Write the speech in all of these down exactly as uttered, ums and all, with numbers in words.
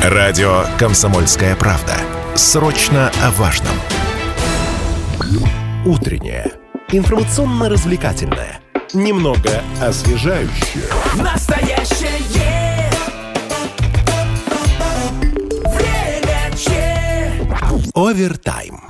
Радио «Комсомольская правда». Срочно о важном. Утреннее. Информационно-развлекательное. Немного освежающее. Настоящее. Время Че. Овертайм.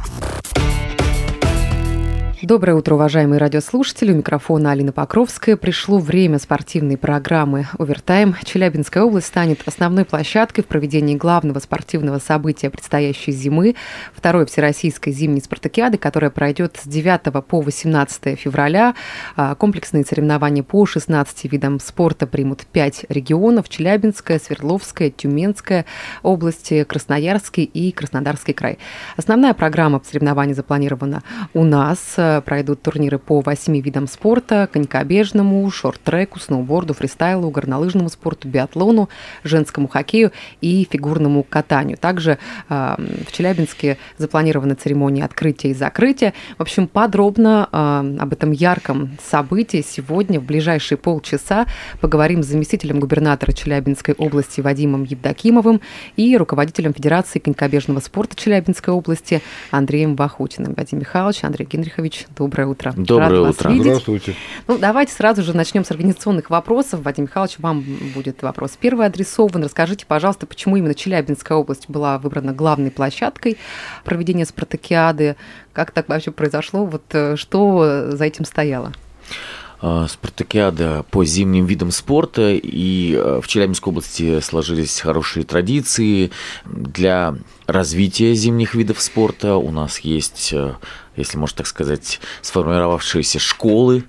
Доброе утро, уважаемые радиослушатели. У микрофона Алина Покровская. Пришло время спортивной программы «Овертайм». Челябинская область станет основной площадкой в проведении главного спортивного события предстоящей зимы, второй всероссийской зимней спартакиады, которая пройдет с девятого по восемнадцатое февраля. Комплексные соревнования по шестнадцати видам спорта примут пять регионов: Челябинская, Свердловская, Тюменская области, Красноярский и Краснодарский край. Основная программа соревнований запланирована у нас. Пройдут турниры по восьми видам спорта: конькобежному, шорт-треку, сноуборду, фристайлу, горнолыжному спорту, биатлону, женскому хоккею и фигурному катанию. Также э, в Челябинске запланированы церемонии открытия и закрытия. В общем, подробно э, об этом ярком событии сегодня в ближайшие полчаса поговорим с заместителем губернатора Челябинской области Вадимом Евдокимовым и руководителем Федерации конькобежного спорта Челябинской области Андреем Вахутиным. Вадим Михайлович, Андрей Генрихович, доброе утро. Доброе Рад утро. Вас видеть. Здравствуйте. Ну, давайте сразу же начнем с организационных вопросов. Вадим Михайлович, вам будет вопрос первый адресован. Расскажите, пожалуйста, почему именно Челябинская область была выбрана главной площадкой проведения спартакиады? Как так вообще произошло? Вот что за этим стояло? Спартакиада по зимним видам спорта, и в Челябинской области сложились хорошие традиции для развития зимних видов спорта. У нас есть, если можно так сказать, сформировавшиеся школы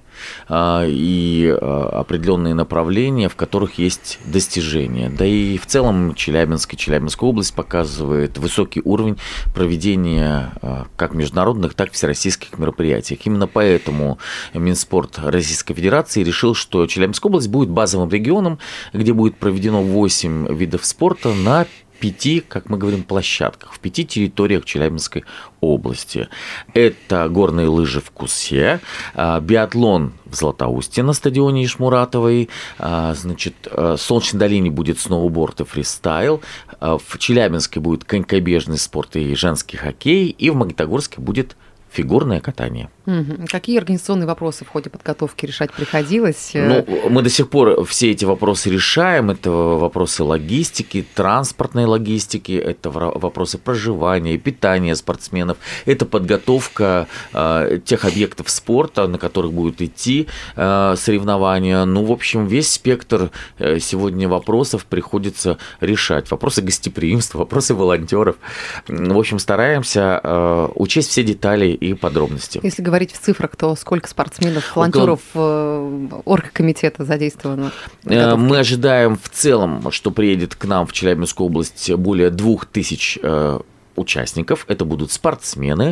и определенные направления, в которых есть достижения. Да и в целом Челябинск и Челябинская область показывает высокий уровень проведения как международных, так и всероссийских мероприятий. Именно поэтому Минспорт Российской Федерации решил, что Челябинская область будет базовым регионом, где будет проведено восемь видов спорта на пяти, как мы говорим, площадках, в пяти территориях Челябинской области. Это горные лыжи в Кусе, биатлон в Златоусте на стадионе Ишмуратовой, значит, в Солнечной долине будет сноуборд и фристайл, в Челябинске будет конькобежный спорт и женский хоккей, и в Магнитогорске будет фигурное катание. Угу. Какие организационные вопросы в ходе подготовки решать приходилось? Ну, мы до сих пор все эти вопросы решаем. Это вопросы логистики, транспортной логистики, это вопросы проживания, питания спортсменов, это подготовка э, тех объектов спорта, на которых будут идти э, соревнования. Ну, в общем, весь спектр э, сегодня вопросов приходится решать. Вопросы гостеприимства, вопросы волонтеров. В общем, стараемся э, учесть все детали и подробности. Если говорить в цифрах, то сколько спортсменов, волонтеров, Около... оргкомитета задействовано? Мы ожидаем в целом, что приедет к нам в Челябинскую область более двух тысяч участников. Это будут спортсмены,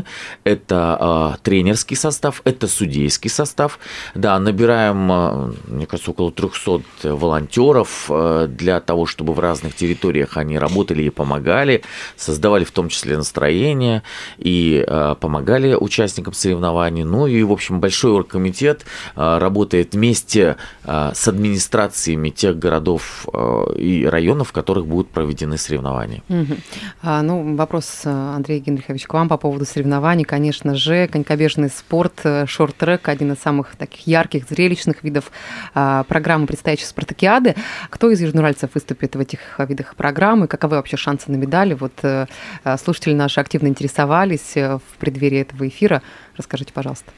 это э, тренерский состав, это судейский состав. Да, набираем, э, мне кажется, около трехсот волонтеров э, для того, чтобы в разных территориях они работали и помогали, создавали в том числе настроение и э, помогали участникам соревнований. Ну и, в общем, большой оргкомитет э, работает вместе э, с администрациями тех городов э, и районов, в которых будут проведены соревнования. Угу. А, ну, вопрос, Андрей Генрихович, к вам по поводу соревнований. Конечно же, конькобежный спорт, шорт-трек – один из самых таких ярких, зрелищных видов а, программы предстоящей спартакиады. Кто из южноуральцев выступит в этих видах программы? Каковы вообще шансы на медали? Вот а, слушатели наши активно интересовались в преддверии этого эфира. Расскажите, пожалуйста.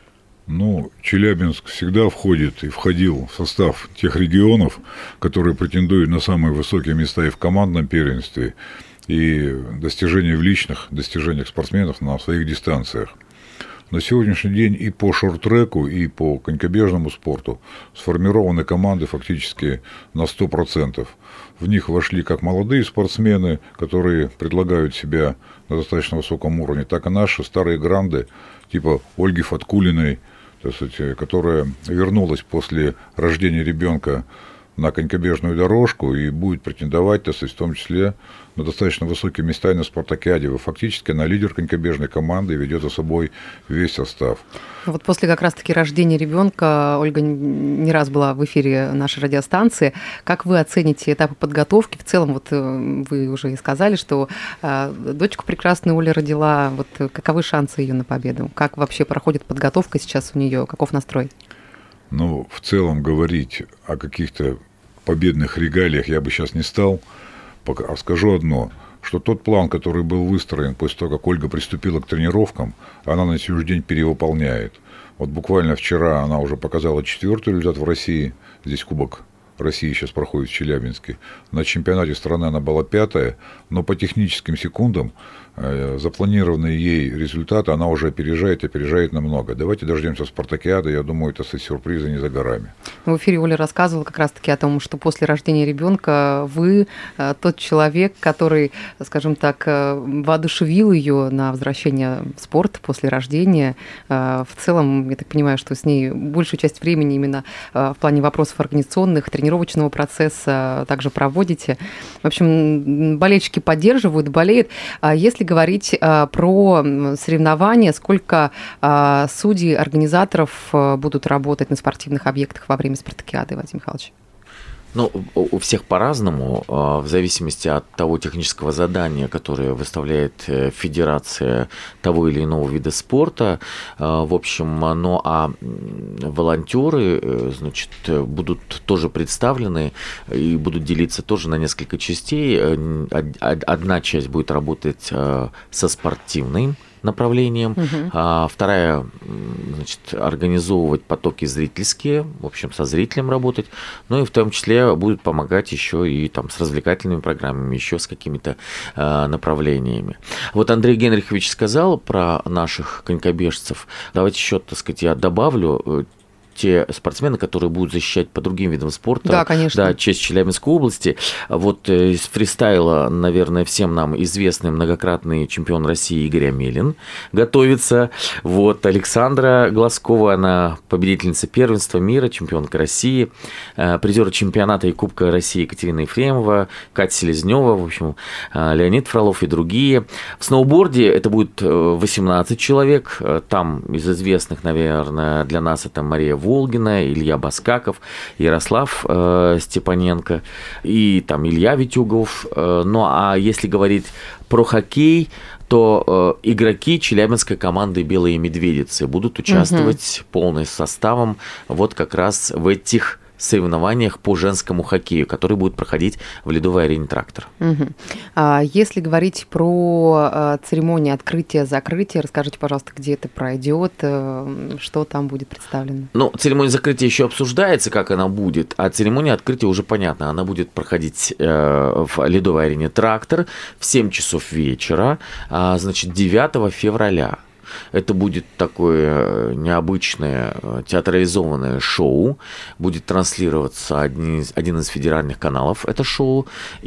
Ну, Челябинск всегда входит и входил в состав тех регионов, которые претендуют на самые высокие места и в командном первенстве, и достижения в личных достижениях спортсменов на своих дистанциях. На сегодняшний день и по шорт-треку, и по конькобежному спорту сформированы команды фактически на сто процентов. В них вошли как молодые спортсмены, которые предлагают себя на достаточно высоком уровне, так и наши старые гранды, типа Ольги Фаткулиной, так сказать, которая вернулась после рождения ребенка на конькобежную дорожку и будет претендовать, то есть, в том числе, на достаточно высокие места и на спартакиаде. Фактически она лидер конькобежной команды и ведет за собой весь состав. Вот после как раз-таки рождения ребенка Ольга не раз была в эфире нашей радиостанции. Как вы оцените этапы подготовки? В целом, вот вы уже и сказали, что дочку прекрасную Оля родила. Вот каковы шансы ее на победу? Как вообще проходит подготовка сейчас у нее? Каков настрой? Ну, в целом говорить о каких-то победных регалиях я бы сейчас не стал. А скажу одно, что тот план, который был выстроен после того, как Ольга приступила к тренировкам, она на сегодняшний день перевыполняет. Вот буквально вчера она уже показала четвертый результат в России, здесь Кубок России сейчас проходит в Челябинске. На чемпионате страны она была пятая, но по техническим секундам запланированные ей результаты она уже опережает, опережает намного. Давайте дождемся спартакиады, я думаю, это сюрпризы не за горами. В эфире Оля рассказывала как раз-таки о том, что после рождения ребенка вы тот человек, который, скажем так, воодушевил ее на возвращение в спорт после рождения. В целом, я так понимаю, что с ней большую часть времени именно в плане вопросов организационных, тренировочного процесса также проводите. В общем, болельщики поддерживают, болеют. Если говорить про соревнования, сколько судей, организаторов будут работать на спортивных объектах во время спартакиады, Вадим Михайлович? Ну, у всех по-разному, в зависимости от того технического задания, которое выставляет федерация того или иного вида спорта. В общем, ну а волонтеры, значит, будут тоже представлены и будут делиться тоже на несколько частей. Одна часть будет работать со спортивной направлением, угу. а вторая, значит, организовывать потоки зрительские, в общем, со зрителем работать, ну и в том числе будет помогать еще и там с развлекательными программами, еще с какими-то а, направлениями. Вот Андрей Генрихович сказал про наших конькобежцев. Давайте еще, так сказать, я добавлю. Те спортсмены, которые будут защищать по другим видам спорта, да, конечно. Да, честь Челябинской области. Вот из фристайла, наверное, всем нам известный многократный чемпион России Игорь Амелин готовится. Вот Александра Глазкова, она победительница первенства мира, чемпионка России, призер чемпионата и Кубка России Екатерина Ефремова, Катя Селезнева, в общем, Леонид Фролов и другие. В сноуборде это будет восемнадцать человек. Там из известных, наверное, для нас это Мария Волгина, Илья Баскаков, Ярослав э, Степаненко и там Илья Витюгов. Э, ну а если говорить про хоккей, то э, игроки челябинской команды «Белые медведицы» будут участвовать угу. полным составом вот как раз в этих соревнованиях по женскому хоккею, которые будут проходить в ледовой арене «Трактор». Угу. А если говорить про церемонию открытия-закрытия, расскажите, пожалуйста, где это пройдет, что там будет представлено? Ну, церемония закрытия еще обсуждается, как она будет, а церемония открытия уже понятно. Она будет проходить в ледовой арене «Трактор» в семь часов вечера, значит, девятого февраля. Это будет такое необычное театрализованное шоу. Будет транслироваться один из, один из федеральных каналов, это шоу.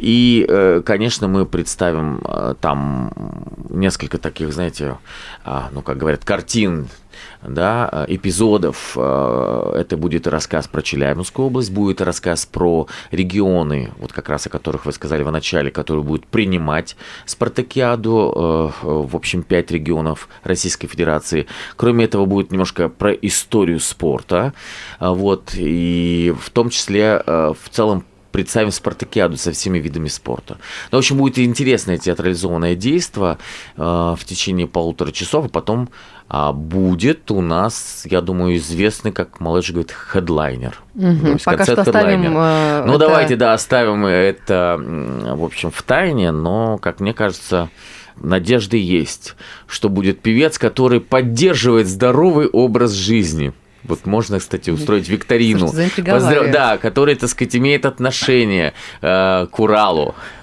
И, конечно, мы представим там несколько таких, знаете, ну, как говорят, картин, да, эпизодов. Это будет рассказ про Челябинскую область, будет рассказ про регионы, вот как раз о которых вы сказали в начале, которые будут принимать спартакиаду, в общем, пять регионов Российской Федерации. Кроме этого, будет немножко про историю спорта, вот, и в том числе в целом представим спартакиаду со всеми видами спорта. Ну, в общем, будет интересное театрализованное действие э, в течение полутора часов, а потом э, будет у нас, я думаю, известный, как малыш говорит, хедлайнер. Угу. Пока что оставим... Э, ну, это... давайте, да, оставим это, в общем, в тайне, но, как мне кажется, надежды есть, что будет певец, который поддерживает здоровый образ жизни. Вот можно, кстати, устроить викторину, Поздрав... да, которая, так сказать, имеет отношение э, к Уралу.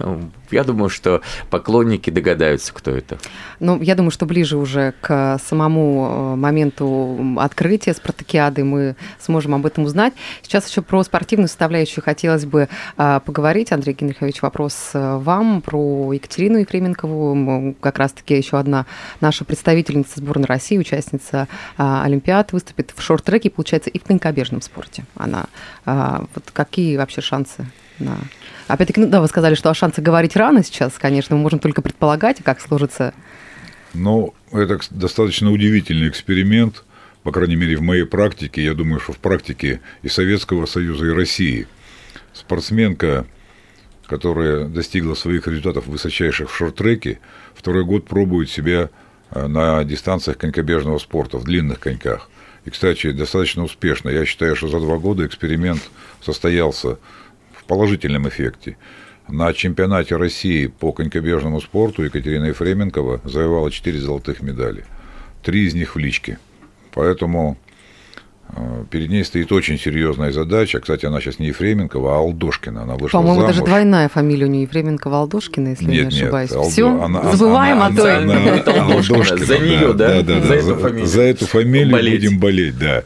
Я думаю, что поклонники догадаются, кто это. Ну, я думаю, что ближе уже к самому моменту открытия спартакиады мы сможем об этом узнать. Сейчас еще про спортивную составляющую хотелось бы поговорить. Андрей Генрихович, вопрос вам про Екатерину Ефременкову. Как раз-таки еще одна наша представительница сборной России, участница Олимпиад, выступит в шорт-треке, получается, и в конькобежном спорте. Она, вот какие вообще шансы на... Опять-таки, ну да, вы сказали, что о шансах говорить рано сейчас, конечно, мы можем только предполагать, как сложится. Ну, это достаточно удивительный эксперимент, по крайней мере, в моей практике, я думаю, что в практике и Советского Союза, и России. Спортсменка, которая достигла своих результатов высочайших в шорт-треке, второй год пробует себя на дистанциях конькобежного спорта, в длинных коньках. И, кстати, достаточно успешно. Я считаю, что за два года эксперимент состоялся в положительном эффекте. На чемпионате России по конькобежному спорту Екатерина Ефременкова завоевала четыре золотых медали. Три из них в личке. Поэтому перед ней стоит очень серьезная задача. Кстати, она сейчас не Ефременкова, а Алдошкина. Она вышла По-моему, замуж. даже двойная фамилия у нее Ефременкова-Алдошкина, если нет, не ошибаюсь. Нет, Все, она, забываем она, о той. Она, она, Алдошкина, за нее, да? Да, да, да, за, да, эту за, фамилию. за эту фамилию болеть. будем болеть, да.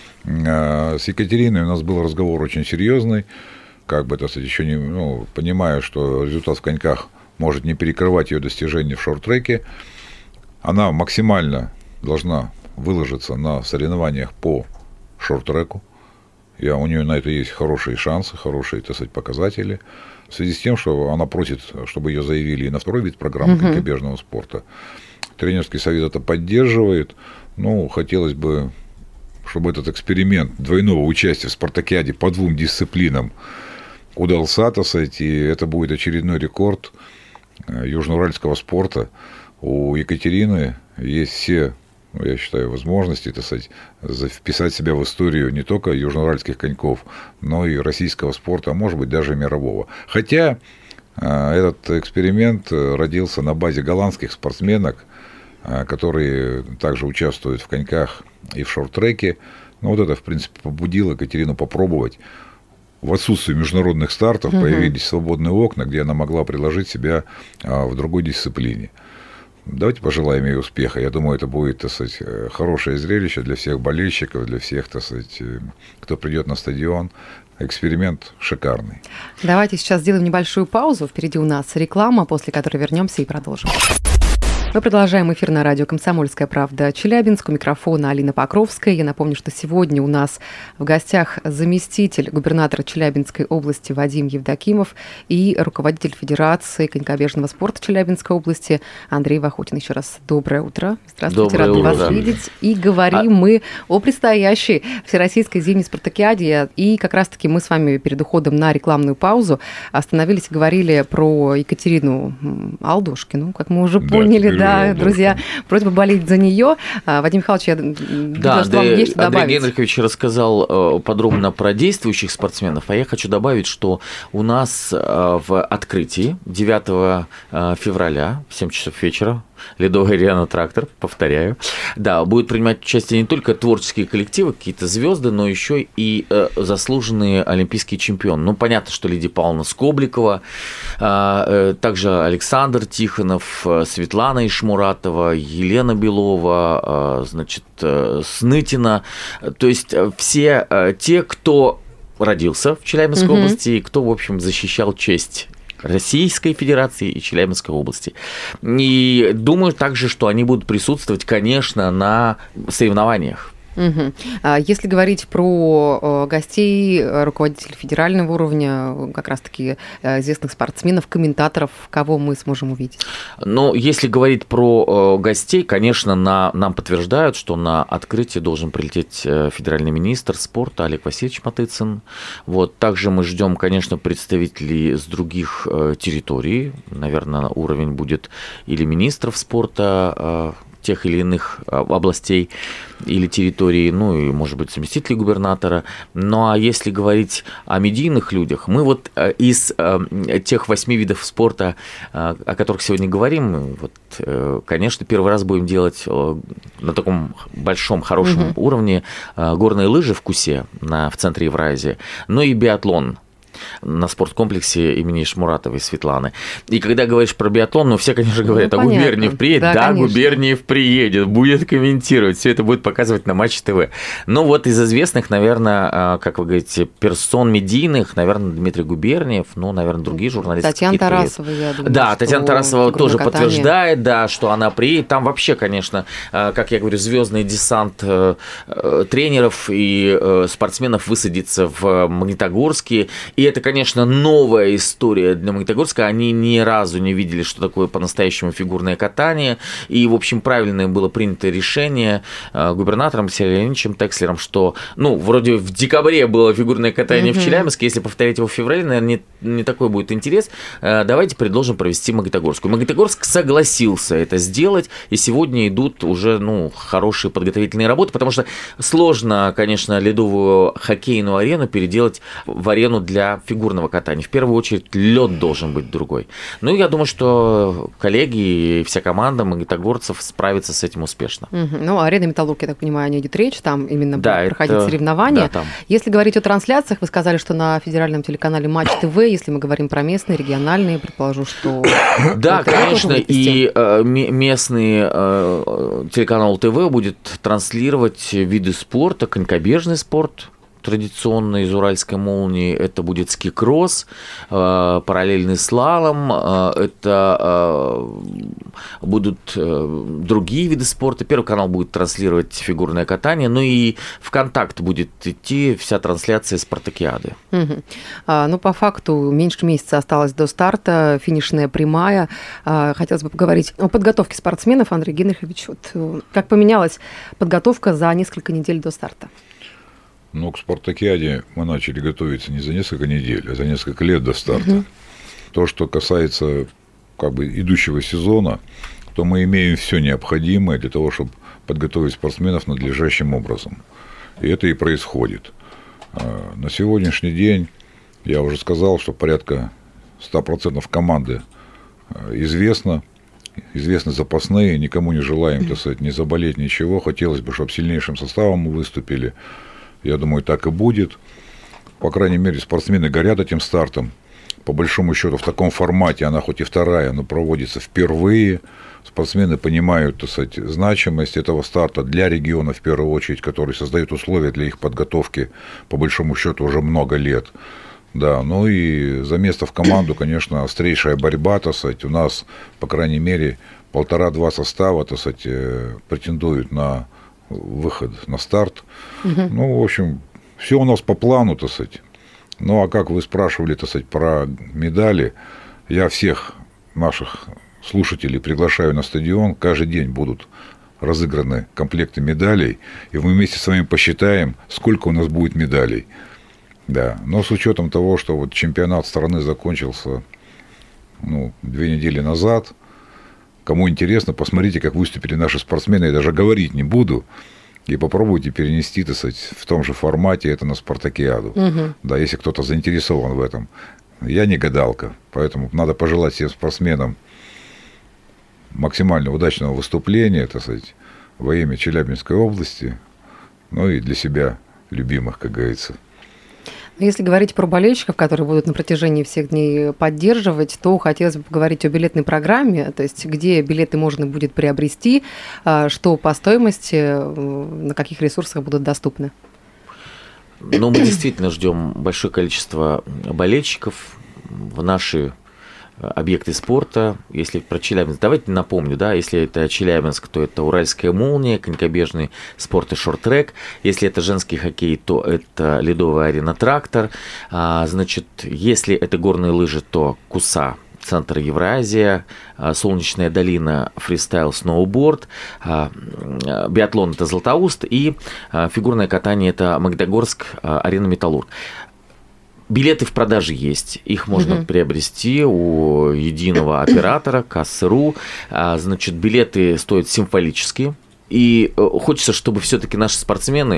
С Екатериной у нас был разговор очень серьезный. Как бы, так сказать, еще не, ну, понимая, что результат в коньках может не перекрывать ее достижения в шорт-треке, она максимально должна выложиться на соревнованиях по шорт-треку. Я, у нее на это есть хорошие шансы, хорошие, так сказать, показатели. В связи с тем, что она просит, чтобы ее заявили и на второй вид программы uh-huh. конькобежного спорта. Тренерский совет это поддерживает. Ну, хотелось бы, чтобы этот эксперимент двойного участия в спартакиаде по двум дисциплинам удался, так сказать, и это будет очередной рекорд южноуральского спорта. У Екатерины есть все, я считаю, возможности, так сказать, вписать себя в историю не только южноуральских коньков, но и российского спорта, а может быть даже мирового. Хотя этот эксперимент родился на базе голландских спортсменок, которые также участвуют в коньках и в шорт-треке. Ну, вот это, в принципе, побудило Екатерину попробовать. В отсутствии международных стартов угу. появились свободные окна, где она могла предложить себя в другой дисциплине. Давайте пожелаем ей успеха. Я думаю, это будет, так сказать, хорошее зрелище для всех болельщиков, для всех, так сказать, кто придет на стадион. Эксперимент шикарный. Давайте сейчас сделаем небольшую паузу. Впереди у нас реклама, после которой вернемся и продолжим. Мы продолжаем эфир на радио «Комсомольская правда» Челябинск. У микрофона Алина Покровская. Я напомню, что сегодня у нас в гостях заместитель губернатора Челябинской области Вадим Евдокимов и руководитель Федерации конькобежного спорта Челябинской области Андрей Вахутин. Еще раз доброе утро. Здравствуйте, доброе рады утро. вас видеть. И говорим а... мы о предстоящей Всероссийской зимней спартакиаде. И как раз-таки мы с вами перед уходом на рекламную паузу остановились и говорили про Екатерину Алдошкину, как мы уже поняли, да. Да, друзья, просьба болеть за нее. Вадим Михайлович, я думаю, да, что вам есть что добавить. Андрей Генрихович рассказал подробно про действующих спортсменов, а я хочу добавить, что у нас в открытии девятого февраля в семь часов вечера Ледовая арена «Трактор», повторяю. Да, будут принимать участие не только творческие коллективы, какие-то звезды, но еще и э, заслуженные олимпийские чемпионы. Ну, понятно, что Лидия Павловна Скобликова, э, э, также Александр Тихонов, э, Светлана Ишмуратова, Елена Белова, э, значит, э, Снытина. То есть э, все э, те, кто родился в Челябинской mm-hmm. области и кто, в общем, защищал честь Российской Федерации и Челябинской области. И думаю также, что они будут присутствовать, конечно, на соревнованиях. Угу. Если говорить про гостей, руководителей федерального уровня, как раз-таки известных спортсменов, комментаторов, кого мы сможем увидеть? Ну, если говорить про гостей, конечно, на, нам подтверждают, что на открытие должен прилететь федеральный министр спорта Олег Васильевич Матыцин. Вот. Также мы ждем, конечно, представителей с других территорий. Наверное, уровень будет или министров спорта тех или иных областей или территорий, ну и, может быть, заместителей губернатора. Ну а если говорить о медийных людях, мы вот из тех восьми видов спорта, о которых сегодня говорим, вот, конечно, первый раз будем делать на таком большом, хорошем угу. уровне горные лыжи в Кусе, на, в центре Евразии, но и биатлон. на спорткомплексе имени Шмуратовой Светланы. И когда говоришь про биатлон, ну, все, конечно, говорят, ну, а Губерниев приедет? Да, да Губерниев приедет, будет комментировать, все это будет показывать на Матч ТВ. Но вот из известных, наверное, как вы говорите, персон медийных, наверное, Дмитрий Губерниев, ну, наверное, другие журналисты. Татьяна Тарасова, я думаю. Да, Татьяна Тарасова тоже катание. Подтверждает, да, что она приедет. Там вообще, конечно, как я говорю, звездный десант тренеров и спортсменов высадится в Магнитогорске. И это, конечно, новая история для Магнитогорска. Они ни разу не видели, что такое по-настоящему фигурное катание. И, в общем, правильное было принято решение губернатором Сергеем Леонидовичем Текслером, что, ну, вроде в декабре было фигурное катание mm-hmm. в Челябинске, если повторять его в феврале, наверное, не, не такой будет интерес. Давайте предложим провести Магнитогорскую. Магнитогорск согласился это сделать, и сегодня идут уже, ну, хорошие подготовительные работы, потому что сложно, конечно, ледовую хоккейную арену переделать в арену для фигурного катания. В первую очередь лед должен быть другой. Ну, я думаю, что коллеги и вся команда магнитогорцев справится с этим успешно. Угу. Ну, арена «Металлург», я так понимаю, о ней идет речь, там именно да, будут проходить это... соревнования. Да, там. Если говорить о трансляциях, вы сказали, что на федеральном телеканале Матч ТВ, если мы говорим про местные, региональные, предположу, что... Да, конечно, и местный телеканал ТВ будет транслировать виды спорта, конькобежный спорт, традиционно из Уральской молнии, это будет ски-кросс, параллельный слалом, это будут другие виды спорта. Первый канал будет транслировать фигурное катание, ну и ВКонтакт будет идти вся трансляция спартакиады. Угу. А, ну, по факту, меньше месяца осталось до старта, финишная прямая. А, хотелось бы поговорить о подготовке спортсменов. Андрей Генрихович, вот, как поменялась подготовка за несколько недель до старта? Ну, к спартакиаде мы начали готовиться не за несколько недель, а за несколько лет до старта. Угу. То, что касается как бы идущего сезона, то мы имеем все необходимое для того, чтобы подготовить спортсменов надлежащим образом. И это и происходит. На сегодняшний день я уже сказал, что порядка сто процентов команды известно, известны запасные, никому не желаем, так сказать, не заболеть, ничего. Хотелось бы, чтобы сильнейшим составом мы выступили. Я думаю, так и будет. По крайней мере, спортсмены горят этим стартом. По большому счету, в таком формате, она хоть и вторая, но проводится впервые. Спортсмены понимают, так сказать, значимость этого старта для региона, в первую очередь, который создает условия для их подготовки, по большому счету, уже много лет. Да, ну и за место в команду, конечно, острейшая борьба, так сказать. У нас, по крайней мере, полтора-два состава, так сказать, претендуют на выход на старт. Угу. Ну, в общем, все у нас по плану, так сказать. Ну, а как вы спрашивали, так сказать, про медали, я всех наших слушателей приглашаю на стадион. Каждый день будут разыграны комплекты медалей, и мы вместе с вами посчитаем, сколько у нас будет медалей. Да, но с учетом того, что вот чемпионат страны закончился, ну, две недели назад. Кому интересно, посмотрите, как выступили наши спортсмены, я даже говорить не буду, и попробуйте перенести, так сказать, в том же формате это на спартакиаду. Угу. Да, если кто-то заинтересован в этом. Я не гадалка, поэтому надо пожелать всем спортсменам максимально удачного выступления, так сказать, во имя Челябинской области, ну и для себя любимых, как говорится. Если говорить про болельщиков, которые будут на протяжении всех дней поддерживать, то хотелось бы поговорить о билетной программе, то есть где билеты можно будет приобрести, что по стоимости, на каких ресурсах будут доступны. Ну, мы действительно ждем большое количество болельщиков в наши объекты спорта. Если про Челябинск, давайте напомню, да, если это Челябинск, то это Уральская молния, конькобежный спорт и шорт-трек. Если это женский хоккей, то это ледовая арена «Трактор». А, значит, если это горные лыжи, то КУСА, Центр Евразия, Солнечная долина, фристайл, сноуборд, биатлон – это Златоуст, и фигурное катание – это Магнитогорск, арена «Металлург». Билеты в продаже есть, их можно угу. приобрести у единого оператора, кассы.ру. Значит, билеты стоят символически, и хочется, чтобы все-таки наши спортсмены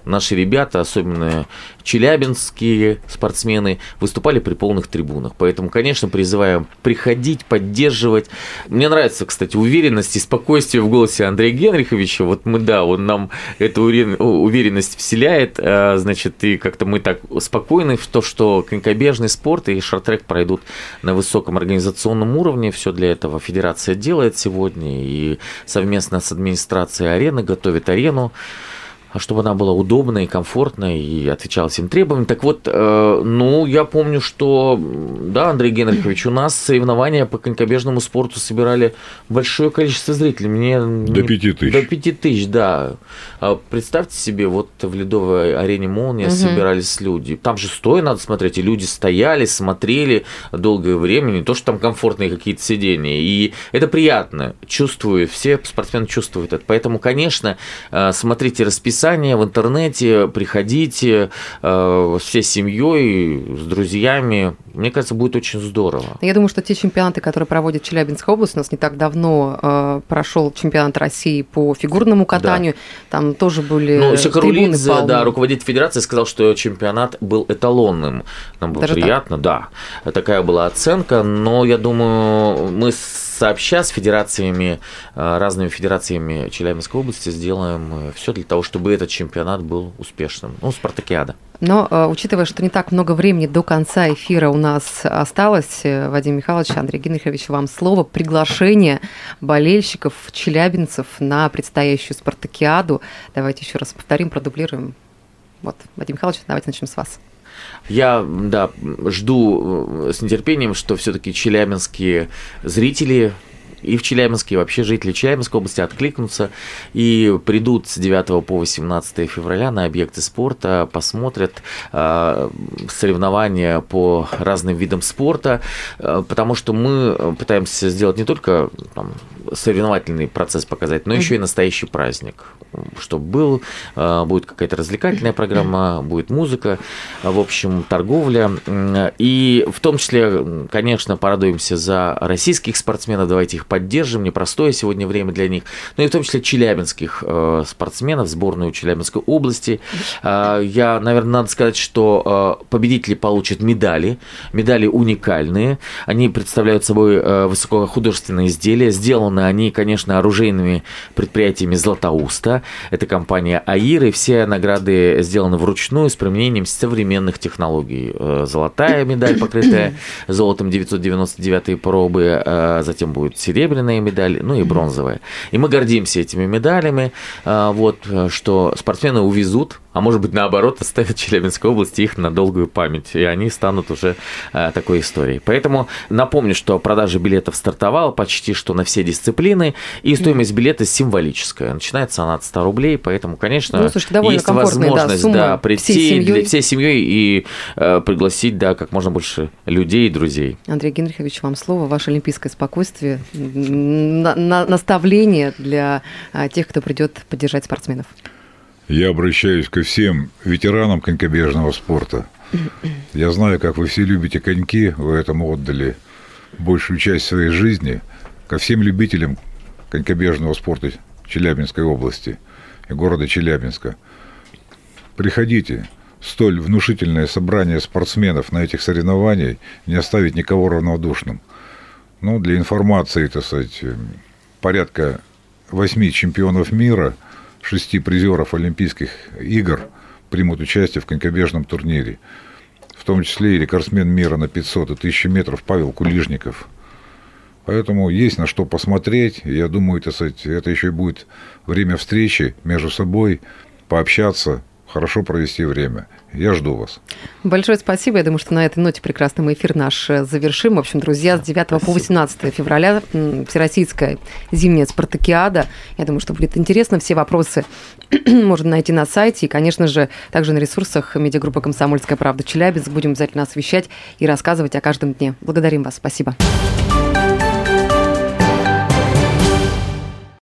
наши ребята, особенно челябинские спортсмены, выступали при полных трибунах. Поэтому, конечно, призываем приходить, поддерживать. Мне нравится, кстати, уверенность и спокойствие в голосе Андрея Генриховича. Вот мы, да, он нам эту уверенность вселяет, значит, и как-то мы так спокойны в то, что конькобежный спорт и шорт-трек пройдут на высоком организационном уровне. Все для этого федерация делает сегодня, и совместно с администрацией арены готовит арену, чтобы она была удобной, комфортной и отвечала всем требованиям. Так вот, э, ну, я помню, что, да, Андрей Генрихович, у нас соревнования по конькобежному спорту собирали большое количество зрителей. Мне до пяти тысяч. До пяти тысяч, да. А представьте себе, вот в ледовой арене «Молния» угу. собирались люди. Там же стоя надо смотреть, и люди стояли, смотрели долгое время, не то, что там комфортные какие-то сидения. И это приятно, чувствую, все спортсмены чувствуют это. Поэтому, конечно, смотрите расписание в интернете, приходите э, всей семьей, с друзьями. Мне кажется, будет очень здорово. Я думаю, что те чемпионаты, которые проводит Челябинская область, у нас не так давно э, прошел чемпионат России по фигурному катанию, да. Там тоже были ну, Сахарулидзе, да, руководитель федерации, сказал, что чемпионат был эталонным. Нам было Даже приятно, так? да. Такая была оценка, но я думаю, мы сообща с федерациями, разными федерациями Челябинской области сделаем все для того, чтобы этот чемпионат был успешным. Ну, спартакиада. Но, учитывая, что не так много времени до конца эфира у нас осталось, Вадим Михайлович, Андрей Генрихович, вам слово. Приглашение болельщиков, челябинцев на предстоящую спартакиаду. Давайте еще раз повторим, продублируем. Вот, Вадим Михайлович, давайте начнем с вас. Я, да, жду с нетерпением, что все-таки челябинские зрители и в Челябинске, и вообще жители Челябинской области откликнутся и придут с девятого по восемнадцатое февраля на объекты спорта, посмотрят э, соревнования по разным видам спорта, э, потому что мы пытаемся сделать не только там, соревновательный процесс показать, но еще и настоящий праздник, чтобы был, э, будет какая-то развлекательная программа, будет музыка, в общем, торговля, и в том числе, конечно, порадуемся за российских спортсменов, давайте их поддержим, непростое сегодня время для них, но и в том числе челябинских э, спортсменов, сборную Челябинской области. Э, я, наверное, надо сказать, что э, победители получат медали, медали уникальные, они представляют собой э, высокохудожественные изделия, сделаны они, конечно, оружейными предприятиями Златоуста, это компания АИР, и все награды сделаны вручную с применением современных технологий. Э, золотая медаль, покрытая золотом девятьсот девяносто девятой пробы, э, затем будет серебряная, серебряная медаль, ну и бронзовая. И мы гордимся этими медалями, вот, что спортсмены увезут, а может быть, наоборот, оставят Челябинской области их на долгую память, и они станут уже такой историей. Поэтому напомню, что продажа билетов стартовала почти что на все дисциплины, и стоимость билета символическая. Начинается она от ста рублей, поэтому, конечно, ну, слушайте, есть возможность да, да, прийти всей семьей. Для всей семьей и э, пригласить да, как можно больше людей и друзей. Андрей Генрихович, вам слово. Ваше олимпийское спокойствие, на, на, наставление для а, тех, кто придет поддержать спортсменов. Я обращаюсь ко всем ветеранам конькобежного спорта. Я знаю, как вы все любите коньки, вы этому отдали большую часть своей жизни. Ко всем любителям конькобежного спорта Челябинской области и города Челябинска. Приходите. Столь внушительное собрание спортсменов на этих соревнованиях не оставит никого равнодушным. Ну, для информации, так сказать, порядка восьми чемпионов мира, шести призеров Олимпийских игр примут участие в конькобежном турнире. В том числе и рекордсмен мира на пятьсот и тысячу метров Павел Кулижников. Поэтому есть на что посмотреть. Я думаю, так сказать, это еще и будет время встречи между собой, пообщаться, хорошо провести время. Я жду вас. Большое спасибо. Я думаю, что на этой ноте прекрасно мы эфир наш завершим. В общем, друзья, с девятого по восемнадцатое февраля Всероссийская зимняя спартакиада. Я думаю, что будет интересно. Все вопросы можно найти на сайте. И, конечно же, также на ресурсах медиагруппы «Комсомольская правда» Челябинск. Будем обязательно освещать и рассказывать о каждом дне. Благодарим вас. Спасибо.